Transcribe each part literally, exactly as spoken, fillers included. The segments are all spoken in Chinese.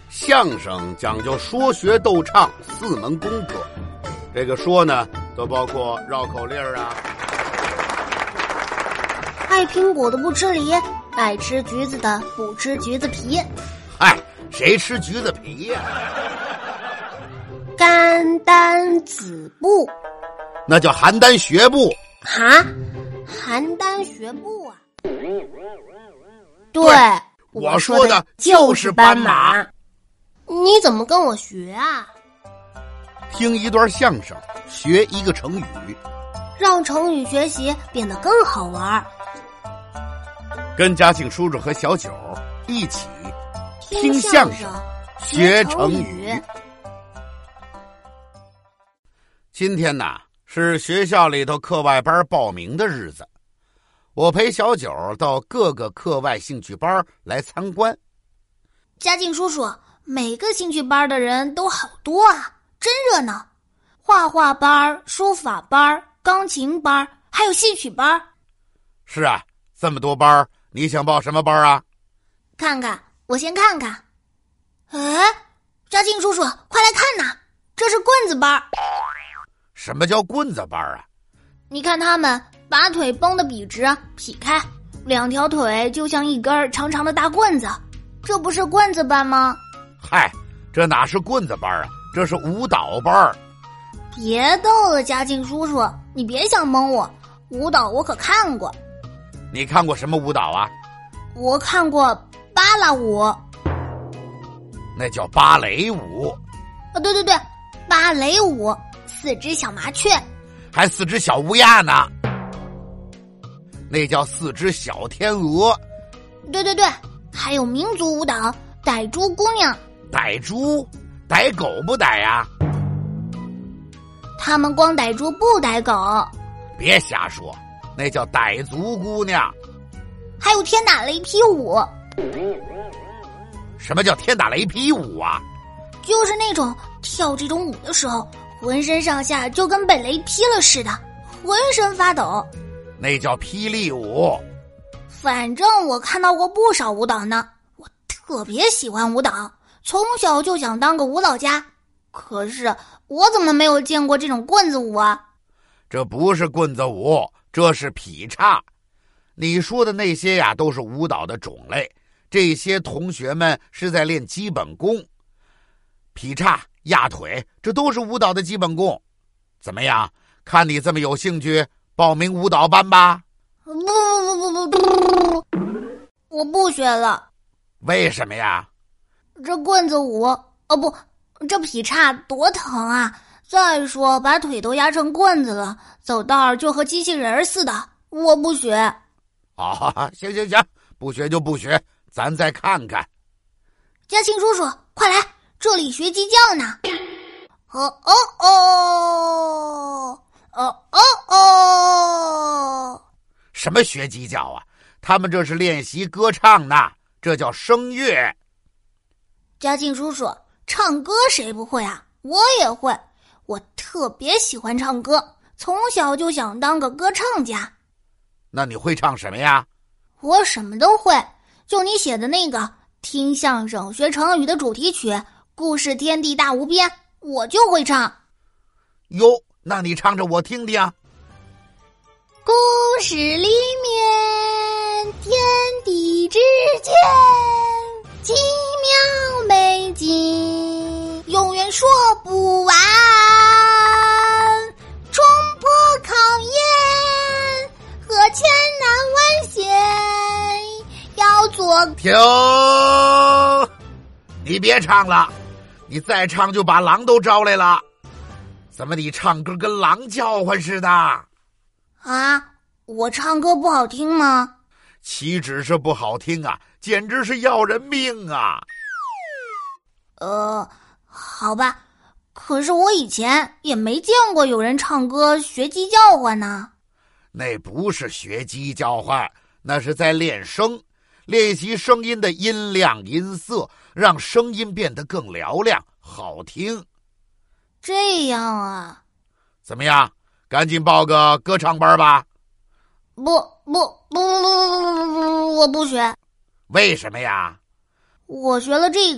相声讲究说学逗唱四门功课，这个说呢，都包括绕口令啊。 爱苹果的不吃梨，爱吃橘子的不吃橘子皮。 嗨，谁吃橘子皮呀、啊？ 甘丹子布， 那叫邯郸学步。 哈，邯郸学步啊？对， 我说的就是斑马。 你怎么跟我学啊？ 听一段相声，学一个成语， 让成语学习变得更好玩。 跟嘉庆叔叔和小九一起听相声学成语。今天呢是学校里头课外班报名的日子，我陪小九到各个课外兴趣班来参观。 嘉靖叔叔，每个兴趣班的人都好多啊，真热闹！画画班、书法班、钢琴班，还有戏曲班。 是啊，这么多班，你想报什么班啊？ 看看，我先看看。哎，嘉靖叔叔，快来看呐，这是棍子班。 什么叫棍子班啊？ 你看他们把腿绷得笔直，劈开，两条腿就像一根长长的大棍子，这不是棍子班吗？ 嗨，这哪是棍子班啊，这是舞蹈班。 别逗了，嘉靖叔叔，你别想蒙我，舞蹈我可看过。 你看过什么舞蹈啊？ 我看过芭蕾舞。 那叫芭蕾舞。 啊，对对对，芭蕾舞，四只小麻雀， 还四只小乌鸦呢。那叫四只小天鹅。 对对对，还有民族舞蹈逮猪姑娘。 逮猪？逮狗不逮呀、啊？ 他们光逮猪不逮狗。 别瞎说，那叫傣族姑娘。 还有天打雷劈舞。 什么叫天打雷劈舞啊？ 就是那种跳这种舞的时候，浑身上下就跟被雷劈了似的，浑身发抖。 那叫霹雳舞。 反正我看到过不少舞蹈呢，我特别喜欢舞蹈，从小就想当个舞蹈家。可是我怎么没有见过这种棍子舞啊？ 这不是棍子舞，这是劈叉。你说的那些呀，都是舞蹈的种类。这些同学们是在练基本功，劈叉、压腿，这都是舞蹈的基本功。怎么样？看你这么有兴趣，报名舞蹈班吧。 不不不不不，我不学了。 为什么呀？ 这棍子舞，哦不，这劈叉多疼啊！再说把腿都压成棍子了，走道就和机器人似的，我不学。 啊、哦，行行行，不学就不学，咱再看看。 嘉庆叔叔，快来，这里学鸡叫呢。哦哦哦，哦哦哦。 什么学鸡叫啊？他们这是练习歌唱呢，这叫声乐。 嘉庆叔叔，唱歌谁不会啊？我也会，我特别喜欢唱歌，从小就想当个歌唱家。 那你会唱什么呀？ 我什么都会，就你写的那个听相声学成语的主题曲《故事天地大无边》，我就会唱。 哟，那你唱着我听听啊。 故事里面天地之间，奇妙美景永远说不完，冲破考验和千难万险，要做停！你别唱了，你再唱就把狼都招来了。怎么你唱歌跟狼叫唤似的？ 啊，我唱歌不好听吗？ 岂止是不好听啊，简直是要人命啊！ 呃，好吧，可是我以前也没见过有人唱歌学鸡叫唤呢。 那不是学鸡叫唤，那是在练声，练习声音的音量音色，让声音变得更嘹亮好听。 这样啊？ 怎么样，赶紧报个歌唱班吧。 不不不不不，我不学。 为什么呀？ 我学了这个，还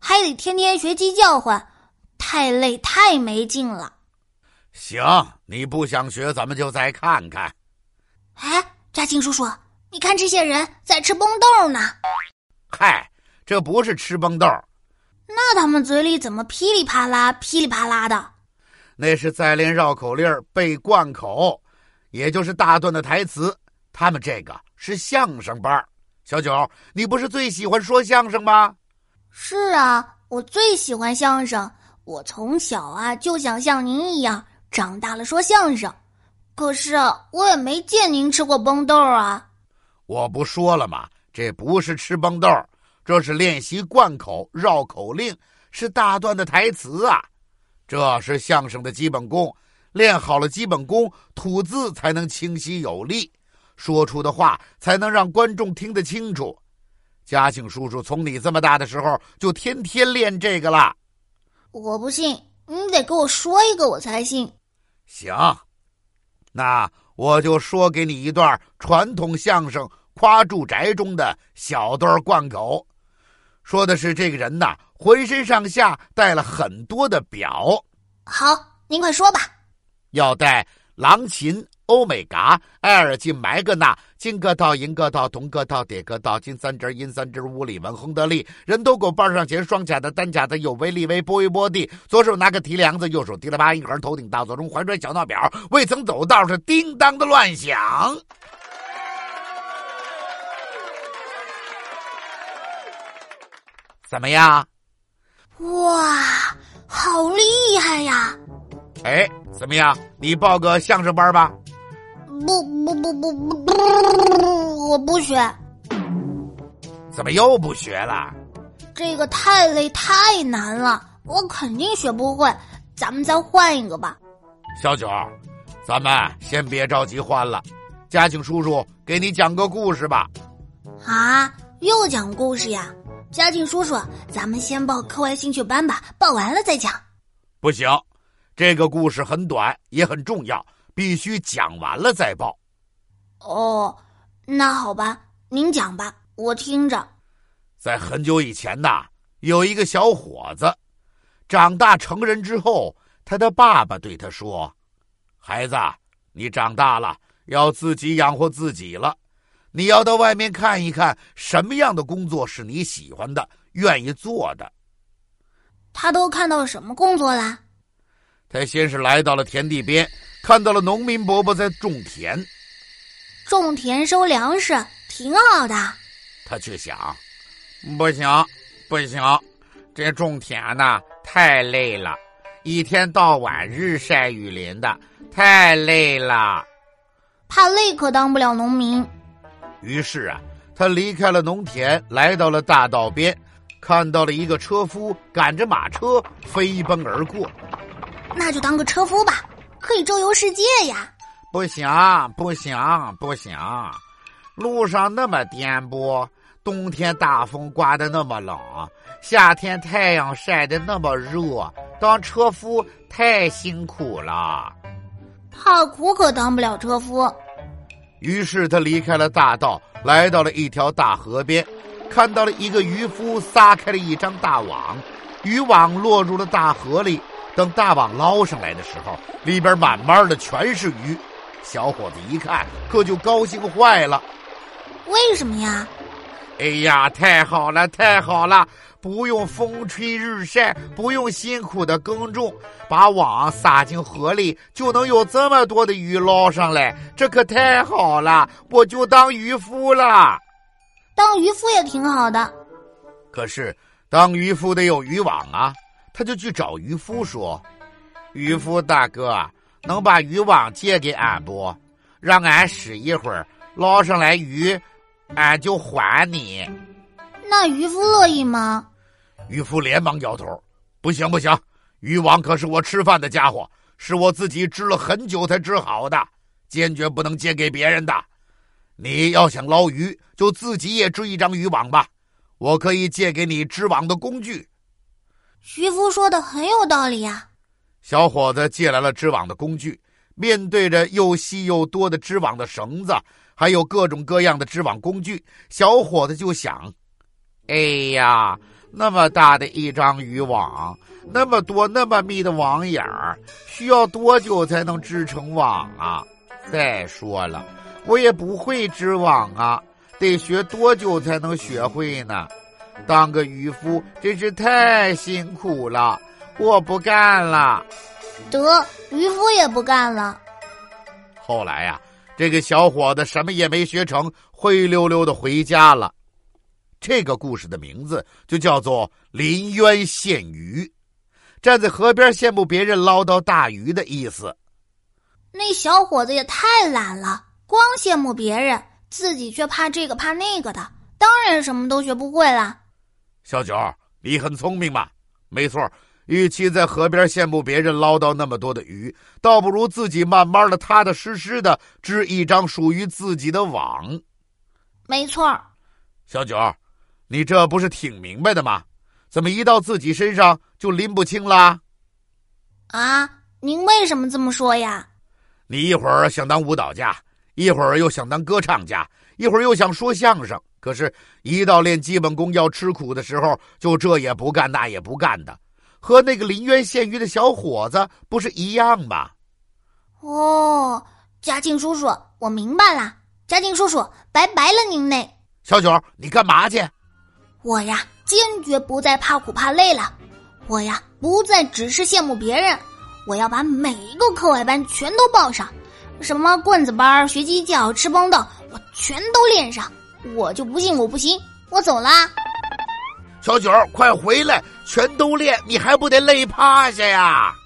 还得天天学鸡叫唤，太累太没劲了。 行，你不想学，咱们就再看看。 哎，嘉庆叔叔，你看这些人在吃蹦豆呢。 嗨，这不是吃蹦豆， 那他们嘴里怎么噼里啪啦噼里啪啦的？ 那是在练绕口令背贯口，也就是大段的台词。他们这个是相声班。小九，你不是最喜欢说相声吗？ 是啊，我最喜欢相声。我从小啊就想像您一样，长大了说相声。可是我也没见您吃过蹦豆啊。 我不说了吗？这不是吃蹦豆，这是练习贯口绕口令，是大段的台词啊。这是相声的基本功，练好了基本功，吐字才能清晰有力，说出的话才能让观众听得清楚。嘉庆叔叔从你这么大的时候就天天练这个了。 我不信，你得给我说一个我才信。 行，那我就说给你一段传统相声夸住宅中的小段贯口。说的是这个人呐，浑身上下带了很多的表。 好，您快说吧。 要带狼琴、欧美嘎、艾尔金、麦格纳、金个道、银个道、铜个道、铁个道、金三支、银三支、五里文、亨德利、人头狗、瓣上前、双甲的、单甲的、有为利为、波一波地，左手拿个提梁子，右手提了八一盒，头顶大座钟，怀揣小闹表，未曾走道是叮当的乱响。怎么样？ 哇，好厉害呀！ 哎，怎么样？你报个相声班吧？ 不不不不不不，我不学。 怎么又不学了？ 这个太累太难了，我肯定学不会。咱们再换一个吧。 小九，咱们先别着急换了。嘉庆叔叔给你讲个故事吧。 啊，又讲故事呀？嘉庆叔叔，咱们先报课外兴趣班吧，报完了再讲。 不行，这个故事很短，也很重要，必须讲完了再报。 哦，那好吧，您讲吧，我听着。 在很久以前呐，有一个小伙子，长大成人之后，他的爸爸对他说：“孩子，你长大了，要自己养活自己了。你要到外面看一看，什么样的工作是你喜欢的、愿意做的。” 他都看到什么工作啦？ 他先是来到了田地边，看到了农民伯伯在种田。 种田收粮食挺好的。 他却想，不行不行，这种田呐太累了，一天到晚日晒雨淋的，太累了。 怕累可当不了农民。 于是啊，他离开了农田，来到了大道边，看到了一个车夫赶着马车飞奔而过。 那就当个车夫吧，可以周游世界呀。 不行不行不行，路上那么颠簸，冬天大风刮得那么冷，夏天太阳晒得那么热，当车夫太辛苦了。 怕苦可当不了车夫。 于是他离开了大道，来到了一条大河边，看到了一个渔夫撒开了一张大网，渔网落入了大河里。等大网捞上来的时候，里边满满的全是鱼。小伙子一看，可就高兴坏了。 为什么呀？ 哎呀，太好了太好了，不用风吹日晒，不用辛苦的耕种，把网撒进河里，就能有这么多的鱼捞上来，这可太好了，我就当渔夫了。 当渔夫也挺好的。 可是当渔夫得有渔网啊，他就去找渔夫说：“渔夫大哥，能把渔网借给俺不？让俺使一会儿，捞上来鱼，俺就还你。” 那渔夫乐意吗？ 渔夫连忙摇头：“不行不行，渔网可是我吃饭的家伙，是我自己织了很久才织好的，坚决不能借给别人的。你要想捞鱼，就自己也织一张渔网吧，我可以借给你织网的工具。” 渔夫说的很有道理呀。 小伙子借来了织网的工具，面对着又细又多的织网的绳子，还有各种各样的织网工具，小伙子就想：哎呀， 那么大的一张渔网，那么多那么密的网眼儿，需要多久才能织成网啊？再说了，我也不会织网啊，得学多久才能学会呢？当个渔夫真是太辛苦了，我不干了。 得，渔夫也不干了。 后来呀、啊，这个小伙子什么也没学成，灰溜溜的回家了。这个故事的名字就叫做临渊羡鱼，站在河边羡慕别人捞到大鱼的意思。 那小伙子也太懒了，光羡慕别人，自己却怕这个怕那个的，当然什么都学不会了。 小九，你很聪明嘛。没错，与其在河边羡慕别人捞到那么多的鱼，倒不如自己慢慢的踏踏实实的织一张属于自己的网。 没错。 小九，你这不是挺明白的吗？怎么一到自己身上就拎不清啦？ 啊，您为什么这么说呀？ 你一会儿想当舞蹈家，一会儿又想当歌唱家，一会儿又想说相声，可是一到练基本功要吃苦的时候，就这也不干那也不干的，和那个临渊羡鱼的小伙子不是一样吗？ 哦，嘉靖叔叔，我明白了。嘉靖叔叔，拜拜了您嘞。 小九，你干嘛去？ 我呀，坚决不再怕苦怕累了。我呀，不再只是羡慕别人，我要把每一个课外班全都报上，什么棍子班、学鸡叫、吃蹦蹦，我全都练上。我就不信我不行，我走啦。 小九，快回来，全都练，你还不得累趴下呀？